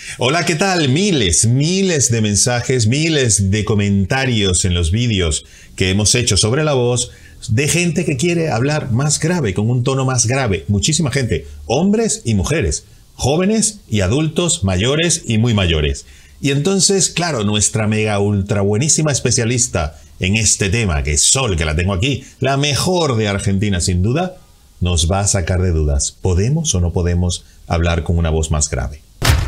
Hola, ¿qué tal? Miles de mensajes, miles de comentarios en los vídeos que hemos hecho sobre la voz de gente que quiere hablar más grave, con un tono más grave. Muchísima gente, hombres y mujeres, jóvenes y adultos, mayores y muy mayores. Y entonces, claro, nuestra mega ultra buenísima especialista en este tema, que es Sol, que la tengo aquí, la mejor de Argentina sin duda, nos va a sacar de dudas. ¿Podemos o no podemos hablar con una voz más grave?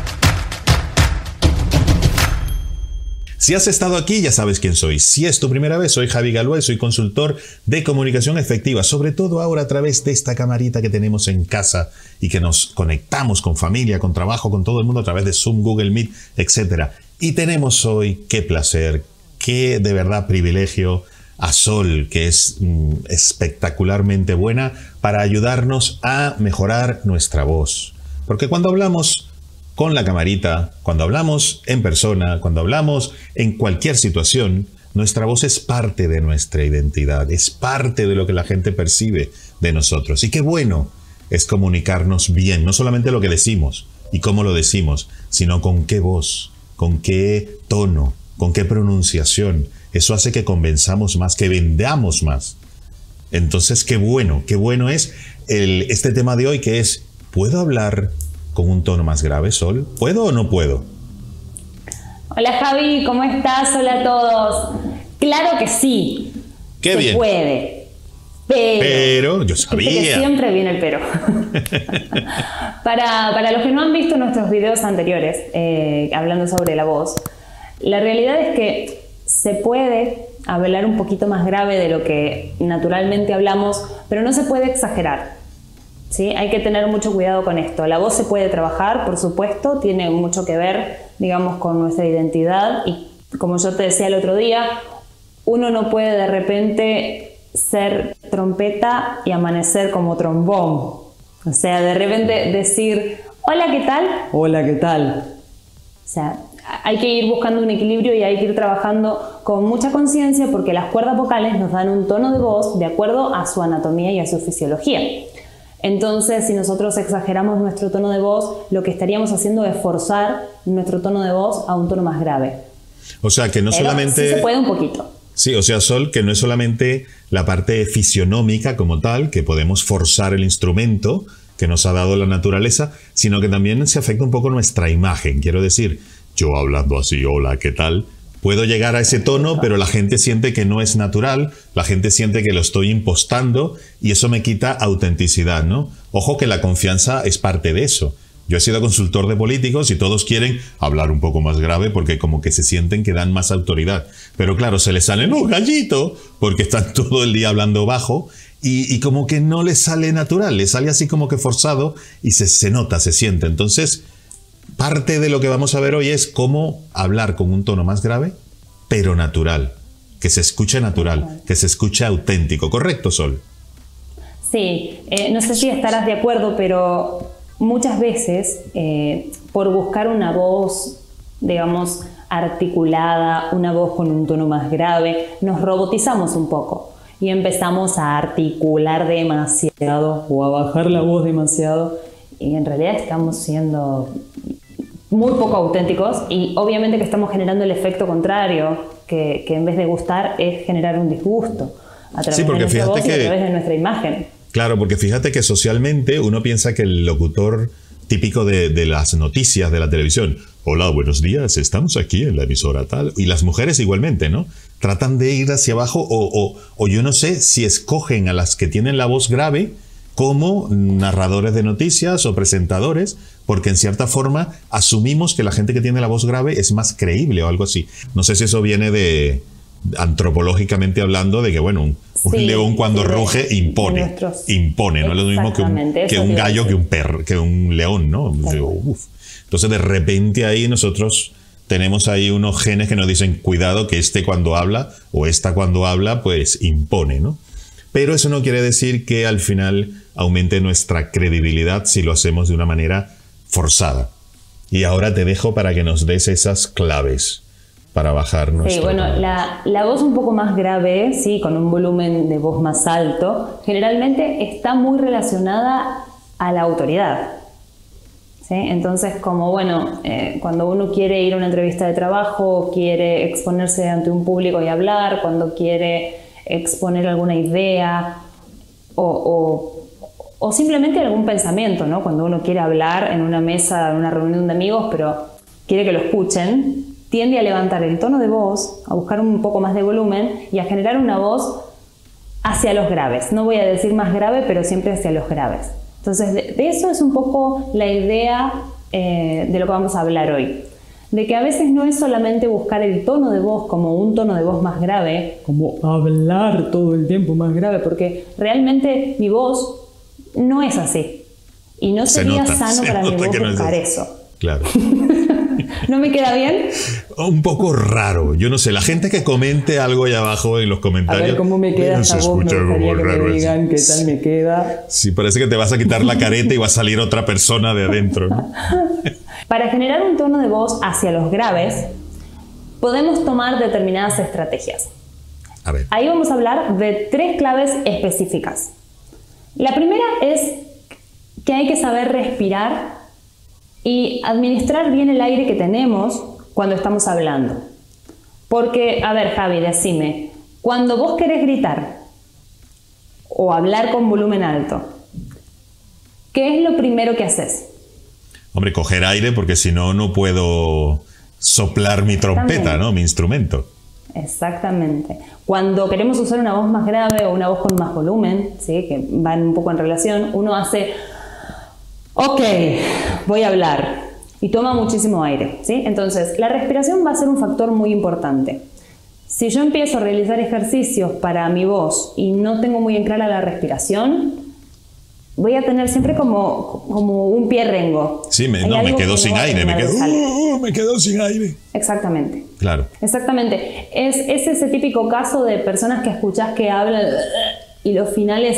Si has estado aquí, ya sabes quién soy. Si es tu primera vez, soy Javi Galué, soy consultor de comunicación efectiva, sobre todo ahora a través de esta camarita que tenemos en casa y que nos conectamos con familia, con trabajo, con todo el mundo a través de Zoom, Google Meet, etc. Y tenemos hoy, qué placer, qué de verdad privilegio, a Sol, que es espectacularmente buena para ayudarnos a mejorar nuestra voz. Porque cuando hablamos con la camarita, cuando hablamos en persona, cuando hablamos en cualquier situación, nuestra voz es parte de nuestra identidad, es parte de lo que la gente percibe de nosotros. Y qué bueno es comunicarnos bien, no solamente lo que decimos y cómo lo decimos, sino con qué voz, con qué tono, con qué pronunciación. Eso hace que convenzamos más, que vendamos más. Entonces, qué bueno es este tema de hoy, que es, ¿puedo hablar con un tono más grave, Sol? ¿Puedo o no puedo? Hola Javi, ¿cómo estás? Hola a todos. Claro que sí. Qué bien. Se puede. Pero, yo sabía. Que siempre viene el pero. Para los que no han visto nuestros videos anteriores, hablando sobre la voz, la realidad es que se puede hablar un poquito más grave de lo que naturalmente hablamos, pero no se puede exagerar. ¿Sí? Hay que tener mucho cuidado con esto. La voz se puede trabajar, por supuesto, tiene mucho que ver, digamos, con nuestra identidad y, como yo te decía el otro día, uno no puede de repente ser trompeta y amanecer como trombón. O sea, de repente decir, hola, ¿qué tal? Hola, ¿qué tal? O sea, hay que ir buscando un equilibrio y hay que ir trabajando con mucha conciencia, porque las cuerdas vocales nos dan un tono de voz de acuerdo a su anatomía y a su fisiología. Entonces, si nosotros exageramos nuestro tono de voz, lo que estaríamos haciendo es forzar nuestro tono de voz a un tono más grave. O sea, que no solamente... Sí se puede un poquito. Sí, o sea, Sol, que no es solamente la parte fisionómica como tal, que podemos forzar el instrumento que nos ha dado la naturaleza, sino que también se afecta un poco nuestra imagen. Quiero decir, yo hablando así, hola, ¿qué tal?, puedo llegar a ese tono, pero la gente siente que no es natural, la gente siente que lo estoy impostando y eso me quita autenticidad, ¿no? Ojo que la confianza es parte de eso. Yo he sido consultor de políticos y todos quieren hablar un poco más grave porque como que se sienten que dan más autoridad. Pero claro, se les sale, no, gallito, porque están todo el día hablando bajo y como que no les sale natural, les sale así como que forzado y se nota, se siente. Entonces, parte de lo que vamos a ver hoy es cómo hablar con un tono más grave, pero natural. Que se escuche natural, que se escuche auténtico. ¿Correcto, Sol? Sí, no sé si estarás de acuerdo, pero muchas veces, por buscar una voz, digamos, articulada, una voz con un tono más grave, nos robotizamos un poco y empezamos a articular demasiado o a bajar la voz demasiado, y en realidad estamos siendo muy poco auténticos y obviamente que estamos generando el efecto contrario, que en vez de gustar es generar un disgusto a través de nuestra voz y a través de nuestra imagen. Claro, porque fíjate que socialmente uno piensa que el locutor típico de las noticias de la televisión, hola, buenos días, estamos aquí en la emisora tal, y las mujeres igualmente, ¿no? Tratan de ir hacia abajo o yo no sé si escogen a las que tienen la voz grave como narradores de noticias o presentadores, porque en cierta forma asumimos que la gente que tiene la voz grave es más creíble o algo así. No sé si eso viene de, antropológicamente hablando, de que bueno, un león cuando ruge impone, no es lo mismo que un gallo, que un león, ¿no? Entonces de repente ahí nosotros tenemos ahí unos genes que nos dicen, cuidado que este cuando habla o esta cuando habla pues impone, ¿no? Pero eso no quiere decir que al final aumente nuestra credibilidad si lo hacemos de una manera forzada. Y ahora te dejo para que nos des esas claves para bajar nuestro... Sí, bueno, la voz un poco más grave, sí, con un volumen de voz más alto, generalmente está muy relacionada a la autoridad. ¿sí? Entonces, como bueno, cuando uno quiere ir a una entrevista de trabajo, quiere exponerse ante un público y hablar, cuando quiere exponer alguna idea o simplemente algún pensamiento, ¿no? Cuando uno quiere hablar en una mesa, en una reunión de amigos, pero quiere que lo escuchen, tiende a levantar el tono de voz, a buscar un poco más de volumen y a generar una voz hacia los graves. No voy a decir más grave, pero siempre hacia los graves. Entonces, de eso es un poco la idea de lo que vamos a hablar hoy. De que a veces no es solamente buscar el tono de voz como un tono de voz más grave, como hablar todo el tiempo más grave, porque realmente mi voz no es así. Y no sería sano para mi voz buscar eso. Claro. ¿No me queda bien? Un poco raro. Yo no sé, la gente que comente algo ahí abajo en los comentarios. A ver cómo me queda esa voz, me gustaría que me digan qué tal me queda. Sí, parece que te vas a quitar la careta y va a salir otra persona de adentro, ¿no? Para generar un tono de voz hacia los graves, podemos tomar determinadas estrategias. A ver. Ahí vamos a hablar de 3 claves específicas. La primera es que hay que saber respirar y administrar bien el aire que tenemos cuando estamos hablando. Porque, a ver, Javi, decime, cuando vos querés gritar o hablar con volumen alto, ¿qué es lo primero que haces? Hombre, coger aire, porque si no, no puedo soplar mi trompeta, ¿no? Mi instrumento. Exactamente. Cuando queremos usar una voz más grave o una voz con más volumen, ¿sí? Que van un poco en relación, uno hace... Ok, voy a hablar y toma muchísimo aire, ¿sí? Entonces, la respiración va a ser un factor muy importante. Si yo empiezo a realizar ejercicios para mi voz y no tengo muy en clara la respiración, voy a tener siempre como un pie rengo. Sí, me quedo sin aire, me quedo sin aire. Exactamente. Claro. Exactamente. Es ese típico caso de personas que escuchás que hablan y los finales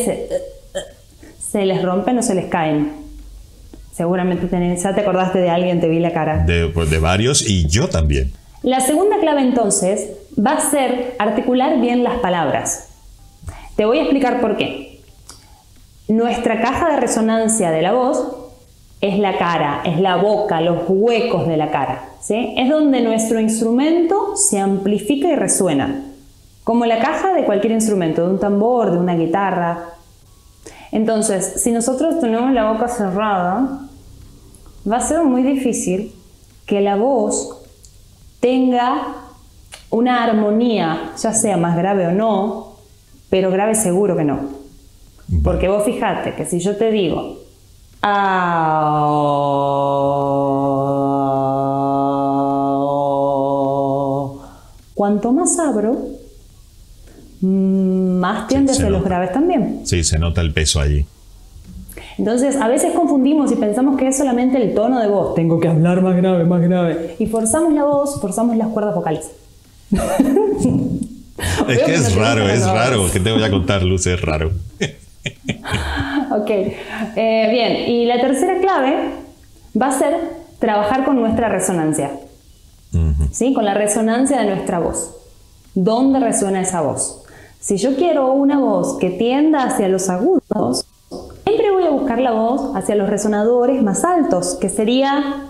se les rompen o se les caen. Seguramente ya te acordaste de alguien, te vi la cara. De varios y yo también. La segunda clave entonces va a ser articular bien las palabras. Te voy a explicar por qué. Nuestra caja de resonancia de la voz es la cara, es la boca, los huecos de la cara, ¿sí? Es donde nuestro instrumento se amplifica y resuena. Como la caja de cualquier instrumento, de un tambor, de una guitarra. Entonces, si nosotros tenemos la boca cerrada, va a ser muy difícil que la voz tenga una armonía, ya sea más grave o no, pero grave seguro que no. Porque vos fijate que si yo te digo cuanto más abro, más tiende a ser los graves también. Sí, se nota el peso allí. Entonces, a veces confundimos y pensamos que es solamente el tono de voz. Tengo que hablar más grave, más grave. Y forzamos la voz, forzamos las cuerdas vocales. Es que es raro. ¿Qué te voy a contar, Luz? Es raro. Ok. Bien, y la tercera clave va a ser trabajar con nuestra resonancia. ¿Sí? Con la resonancia de nuestra voz. ¿Dónde resuena esa voz? Si yo quiero una voz que tienda hacia los agudos, siempre voy a buscar la voz hacia los resonadores más altos, que sería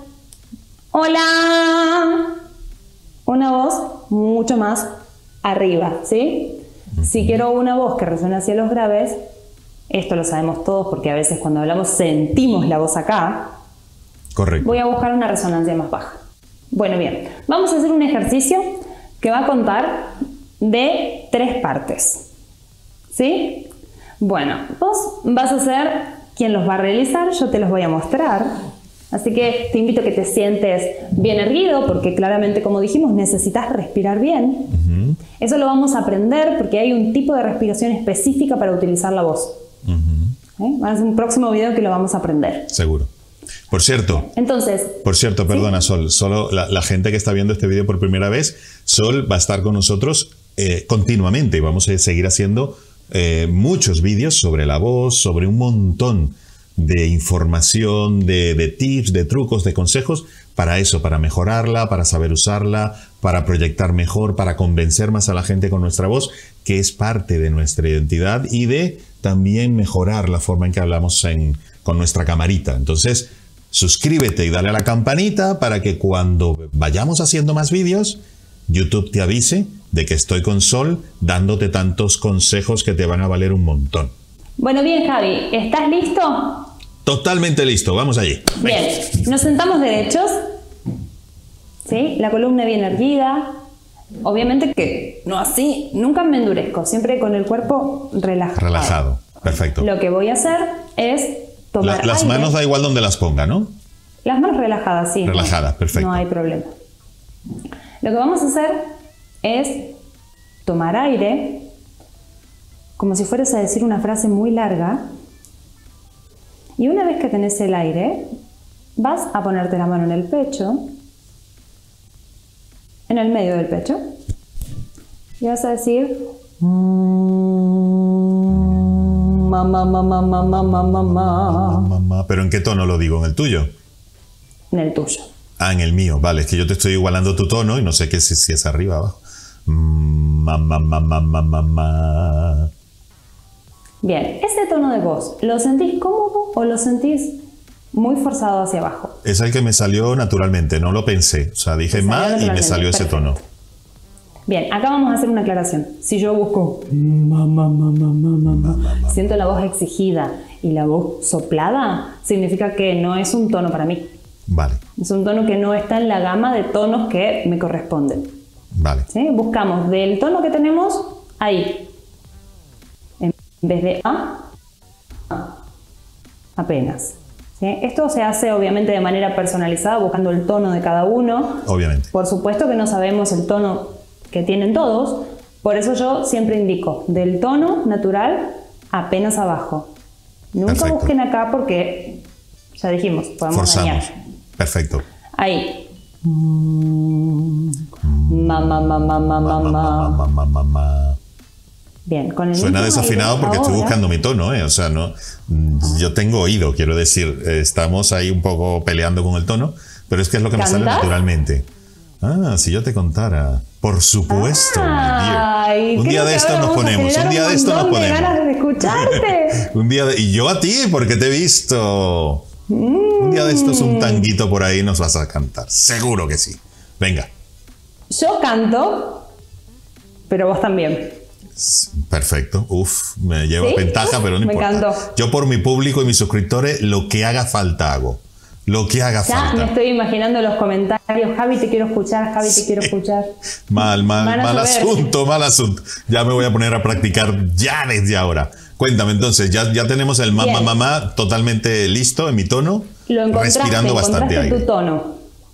¡hola! Una voz mucho más arriba, ¿sí? Si quiero una voz que resuene hacia los graves, esto lo sabemos todos porque a veces cuando hablamos sentimos la voz acá. Correcto. Voy a buscar una resonancia más baja. Bueno, bien, vamos a hacer un ejercicio que va a contar de 3 partes, ¿sí? Bueno, vos vas a ser quien los va a realizar, yo te los voy a mostrar, así que te invito a que te sientes bien erguido, porque claramente, como dijimos, necesitas respirar bien. Eso lo vamos a aprender porque hay un tipo de respiración específica para utilizar la voz. Va a ser un próximo video que lo vamos a aprender. Seguro. Por cierto, perdona, ¿sí? Sol, solo la gente que está viendo este video por primera vez, Sol va a estar con nosotros continuamente y vamos a seguir haciendo muchos vídeos sobre la voz, sobre un montón de información, de tips, de trucos, de consejos para eso, para mejorarla, para saber usarla, para proyectar mejor, para convencer más a la gente con nuestra voz, que es parte de nuestra identidad, y de también mejorar la forma en que hablamos con nuestra camarita. Entonces, suscríbete y dale a la campanita para que cuando vayamos haciendo más vídeos, YouTube te avise de que estoy con Sol dándote tantos consejos que te van a valer un montón. Bueno, bien, Javi, ¿estás listo? Totalmente listo, vamos allí. Bien, nos sentamos derechos, ¿sí? La columna bien erguida. Obviamente que no así, nunca me endurezco, siempre con el cuerpo relajado. Relajado, perfecto. Lo que voy a hacer es tomar Las aire. manos da igual donde las ponga, ¿no? Las manos relajadas, sí. Relajadas, perfecto. No hay problema. Lo que vamos a hacer es tomar aire, como si fueras a decir una frase muy larga. Y una vez que tenés el aire, vas a ponerte la mano en el pecho, en el medio del pecho, y vas a decir mamá, mamá, mamá, mamá, Mamá, ¿pero en qué tono lo digo? ¿En el tuyo? en el tuyo. Ah, en el mío, vale, es que yo te estoy igualando tu tono y no sé qué si es arriba o abajo. Mamá, mamá, mamá, mamá. Bien, ese tono de voz, ¿lo sentís cómodo o lo sentís muy forzado hacia abajo? Es el que me salió naturalmente, no lo pensé. O sea, dije ma y me salió ese tono. Bien, acá vamos a hacer una aclaración. Si yo busco siento la voz exigida y la voz soplada, significa que no es un tono para mí. Vale, Es un tono que no está en la gama de tonos que me corresponden. vale. ¿Sí? Buscamos del tono que tenemos ahí. En vez de apenas. ¿Sí? Esto se hace obviamente de manera personalizada, buscando el tono de cada uno. Obviamente. Por supuesto que no sabemos el tono que tienen todos, por eso yo siempre indico del tono natural apenas abajo. Nunca Perfecto. busquen acá porque ya dijimos, podemos Forzamos. dañar. Perfecto. Ahí. Mamá, mamá, mamá, mamá. Mamá, mamá. Bien, con el Suena mismo desafinado aire porque estoy ahora. buscando mi tono, ¿eh? O sea, no, yo tengo oído, quiero decir, estamos ahí un poco peleando con el tono, pero es que es lo que me sale ¿Cantas? naturalmente. Ah, si yo te contara. Por supuesto, my dear. Ay, Un día creo de que esto ahora nos vamos a ponemos, generar un día un de esto nos montón de ponemos. ganas de escucharte. Un día y yo a ti, porque te he visto. Un día de estos un tanguito por ahí nos vas a cantar. Seguro que sí. Venga. Yo canto, pero vos también. Perfecto. Uf, me lleva ¿Sí? ventaja, pero no Me importa. encantó. Yo por mi público y mis suscriptores, lo que haga falta hago. Lo que haga Ya me falta. estoy imaginando los comentarios. Javi, te quiero escuchar. Javi, te quiero escuchar. Mal Van a llover. asunto, mal asunto. Ya me voy a poner a practicar ya desde ahora. Cuéntame entonces, ya tenemos el mamá, Bien. mamá totalmente listo en mi tono. Lo encontraste, respirando bastante encontraste aire. tu tono.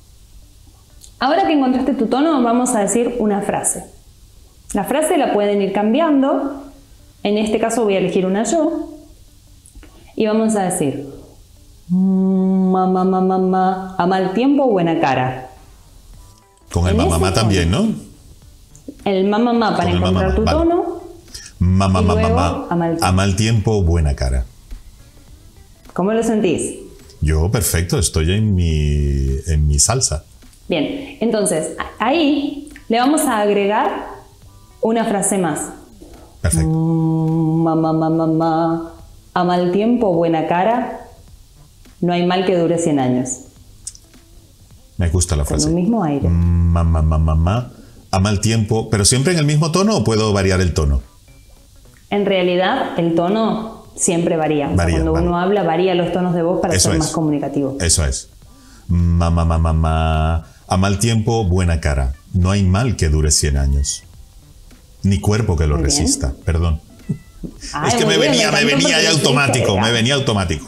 Ahora que encontraste tu tono, vamos a decir una frase. La frase la pueden ir cambiando. En este caso voy a elegir una yo. Y vamos a decir: mamá, mamá, mamá, a mal tiempo, buena cara. Con el En ese mamá tono. también, ¿no? El mamá, mamá para Con el encontrar mamá, tu vale. tono. Mamá, Y mamá, luego, mamá. a mal tiempo. A mal tiempo, buena cara. ¿Cómo lo sentís? Yo, perfecto, estoy en mi salsa. Bien, entonces ahí le vamos a agregar una frase más. Perfecto. Mamá, mamá, mamá, a mal tiempo, buena cara, no hay mal que dure 100 años. Me gusta la Con frase. un mismo aire. Mamá, mamá, mamá. A mal tiempo, pero siempre en el mismo tono o puedo variar el tono. En realidad, el tono siempre varía. O sea, Varía, cuando vale. uno habla, varía los tonos de voz para Eso ser es. más comunicativo. Eso es. Mamá, mamá, mamá. A mal tiempo, buena cara. No hay mal que dure 100 años. Ni cuerpo que lo Muy bien. resista. Perdón. Ay, Es que muy me bien, venía encantó porque ya lo automático. hiciste. Me venía automático.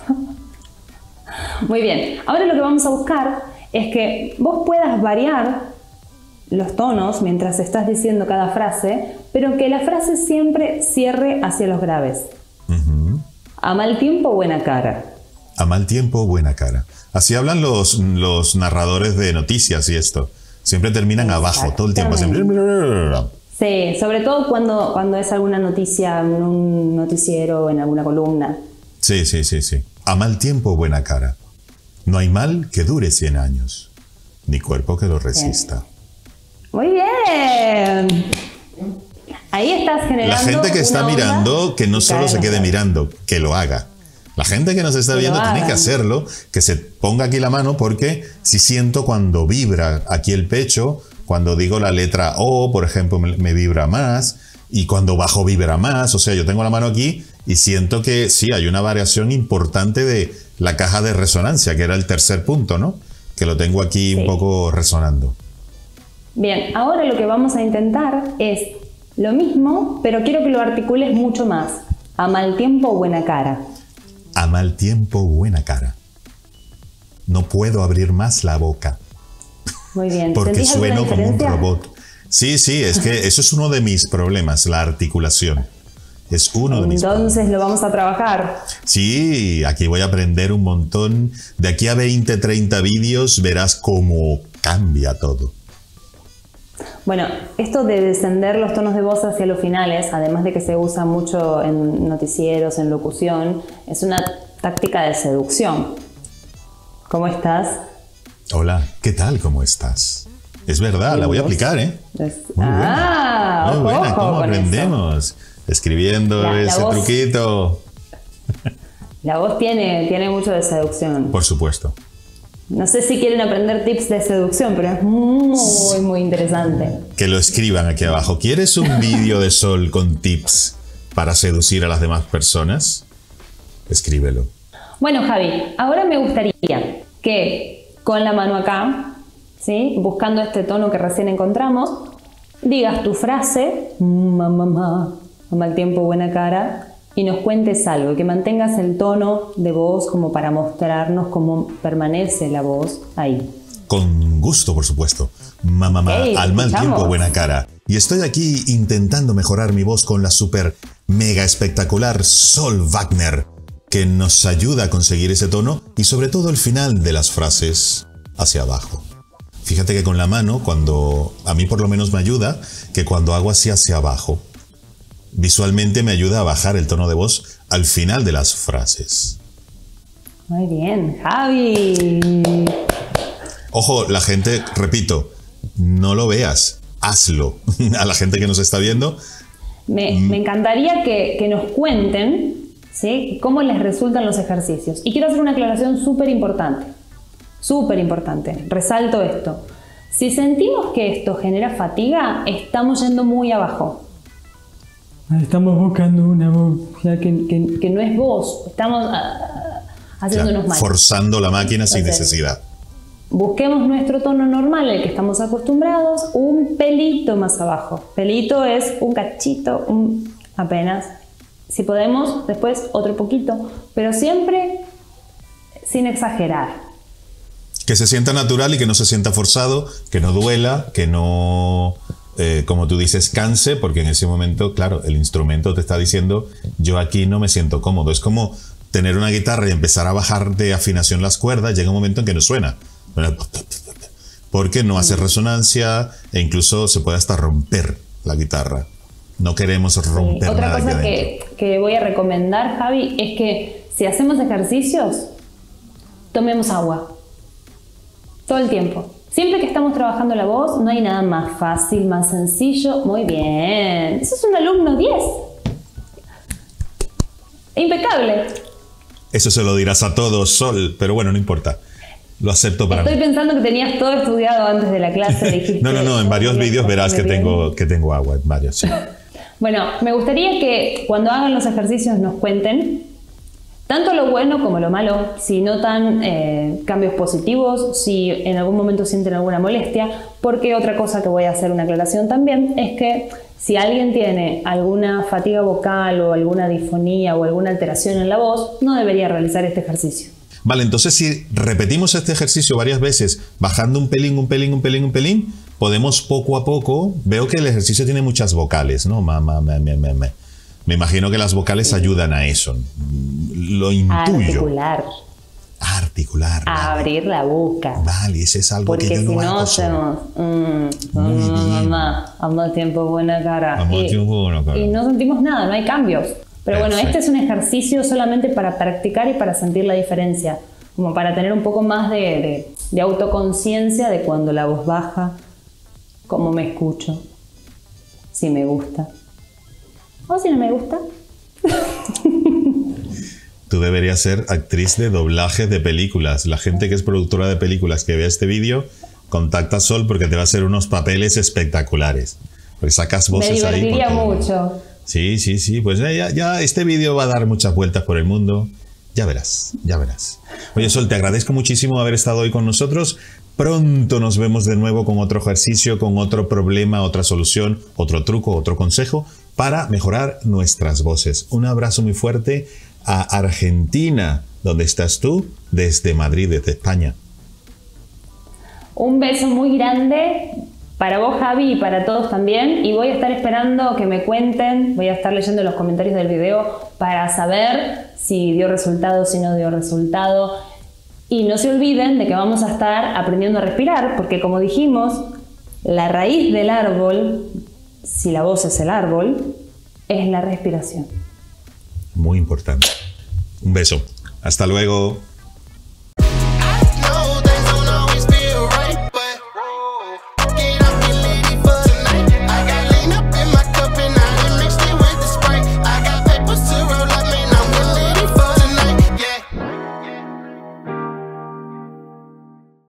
Muy bien. Ahora lo que vamos a buscar es que vos puedas variar los tonos mientras estás diciendo cada frase, pero que la frase siempre cierre hacia los graves. A mal tiempo, buena cara. A mal tiempo, buena cara. Así hablan los narradores de noticias y esto. Siempre terminan abajo, todo el tiempo. Siempre... Sí, sobre todo cuando es alguna noticia en un noticiero, en alguna columna. Sí, sí, sí, sí. A mal tiempo, buena cara. No hay mal que dure 100 años, ni cuerpo que lo resista. Muy bien. Ahí estás generando La gente que está una onda mirando, que no y solo cae se en quede los mirando, que lo haga. La gente que nos está viendo tiene que hacerlo, que se ponga aquí la mano, porque si siento cuando vibra aquí el pecho, cuando digo la letra O, por ejemplo, me vibra más, y cuando bajo vibra más. O sea, yo tengo la mano aquí y siento que sí, hay una variación importante de la caja de resonancia, que era el tercer punto, ¿no? Que lo tengo aquí un poco resonando. Bien, ahora lo que vamos a intentar es lo mismo, pero quiero que lo articules mucho más. A mal tiempo, buena cara. A mal tiempo, buena cara. No puedo abrir más la boca. Muy bien. Porque sueno como un robot. Sí, es que eso es uno de mis problemas, la articulación. Es uno de mis problemas. Entonces lo vamos a trabajar. Sí, aquí voy a aprender un montón. De aquí a 20, 30 vídeos verás cómo cambia todo. Bueno, esto de descender los tonos de voz hacia los finales, además de que se usa mucho en noticieros, en locución, es una táctica de seducción. ¿Cómo estás? Hola, ¿qué tal? ¿Cómo estás? Es verdad, la voy a aplicar, ¿eh? Muy buena. Muy buena, ¿cómo aprendemos? Escribiendo ese truquito. La voz tiene mucho de seducción. Por supuesto. No sé si quieren aprender tips de seducción, pero es muy interesante. Que lo escriban aquí abajo. ¿Quieres un vídeo de Sol con tips para seducir a las demás personas? Escríbelo. Bueno, Javi, ahora me gustaría que con la mano acá, ¿sí?, buscando este tono que recién encontramos, digas tu frase, mamá, a mal tiempo, buena cara, y nos cuentes algo, que mantengas el tono de voz como para mostrarnos cómo permanece la voz ahí. Con gusto, por supuesto. Mamá, al mal tiempo, buena cara. Y estoy aquí intentando mejorar mi voz con la super mega espectacular Sol Wagner, que nos ayuda a conseguir ese tono y sobre todo el final de las frases hacia abajo. Fíjate que con la mano, cuando a mí por lo menos me ayuda, que cuando hago así hacia abajo, visualmente me ayuda a bajar el tono de voz al final de las frases. Muy bien, Javi. Ojo, la gente, repito, no lo veas, hazlo. A la gente que nos está viendo. Me encantaría que nos cuenten, ¿sí?, cómo les resultan los ejercicios. Y quiero hacer una aclaración súper importante. Súper importante. Resalto esto. Si sentimos que esto genera fatiga, estamos yendo muy abajo. Estamos buscando una voz ya que no es voz, estamos haciéndonos mal. Forzando la máquina sin necesidad. Busquemos nuestro tono normal, el que estamos acostumbrados, un pelito más abajo. Pelito es un cachito, apenas. Si podemos, después otro poquito, pero siempre sin exagerar. Que se sienta natural y que no se sienta forzado, que no duela, que no... como tú dices, canse, porque en ese momento, claro, el instrumento te está diciendo, yo aquí no me siento cómodo. Es como tener una guitarra y empezar a bajar de afinación las cuerdas, llega un momento en que no suena, porque no hace resonancia e incluso se puede hasta romper la guitarra. No queremos romper nada. Otra cosa que voy a recomendar, Javi, es que si hacemos ejercicios, tomemos agua. Todo el tiempo. Siempre que estamos trabajando la voz, no hay nada más fácil, más sencillo. Muy bien. Eso es un alumno 10. Impecable. Eso se lo dirás a todos, Sol, pero bueno, no importa. Lo acepto para mí. Estoy pensando que tenías todo estudiado antes de la clase. Dijiste, no, en varios vídeos verás que tengo agua, en varios, sí. Bueno, me gustaría que cuando hagan los ejercicios nos cuenten tanto lo bueno como lo malo, si notan cambios positivos, si en algún momento sienten alguna molestia, porque otra cosa que voy a hacer una aclaración también es que si alguien tiene alguna fatiga vocal o alguna disfonía o alguna alteración en la voz, no debería realizar este ejercicio. Vale, entonces si repetimos este ejercicio varias veces, bajando un pelín, podemos poco a poco, veo que el ejercicio tiene muchas vocales, ¿no? Me imagino que las vocales ayudan a eso. Lo intuyo. Articular. Abrir la boca. Vale, ese es algo que yo no hago. Porque si no hacemos... mamá, a mal tiempo, buena cara. Y no sentimos nada, no hay cambios. Pero bueno, este es un ejercicio solamente para practicar y para sentir la diferencia. Como para tener un poco más de autoconciencia de cuando la voz baja, cómo me escucho, si me gusta. O si no me gusta. Tú deberías ser actriz de doblaje de películas. La gente que es productora de películas que vea este vídeo, contacta a Sol porque te va a hacer unos papeles espectaculares. Porque sacas voces ahí. Me divertiría mucho. Sí, sí, sí. Pues ya este vídeo va a dar muchas vueltas por el mundo. Ya verás, ya verás. Oye, Sol, te agradezco muchísimo haber estado hoy con nosotros. Pronto nos vemos de nuevo con otro ejercicio, con otro problema, otra solución, otro truco, otro consejo para mejorar nuestras voces. Un abrazo muy fuerte a Argentina, donde estás tú, desde Madrid, desde España. Un beso muy grande para vos, Javi, y para todos también. Y voy a estar esperando que me cuenten, voy a estar leyendo los comentarios del video para saber si dio resultado, si no dio resultado. Y no se olviden de que vamos a estar aprendiendo a respirar, porque como dijimos, la raíz del árbol, si la voz es el árbol, es la respiración. Muy importante. Un beso. Hasta luego.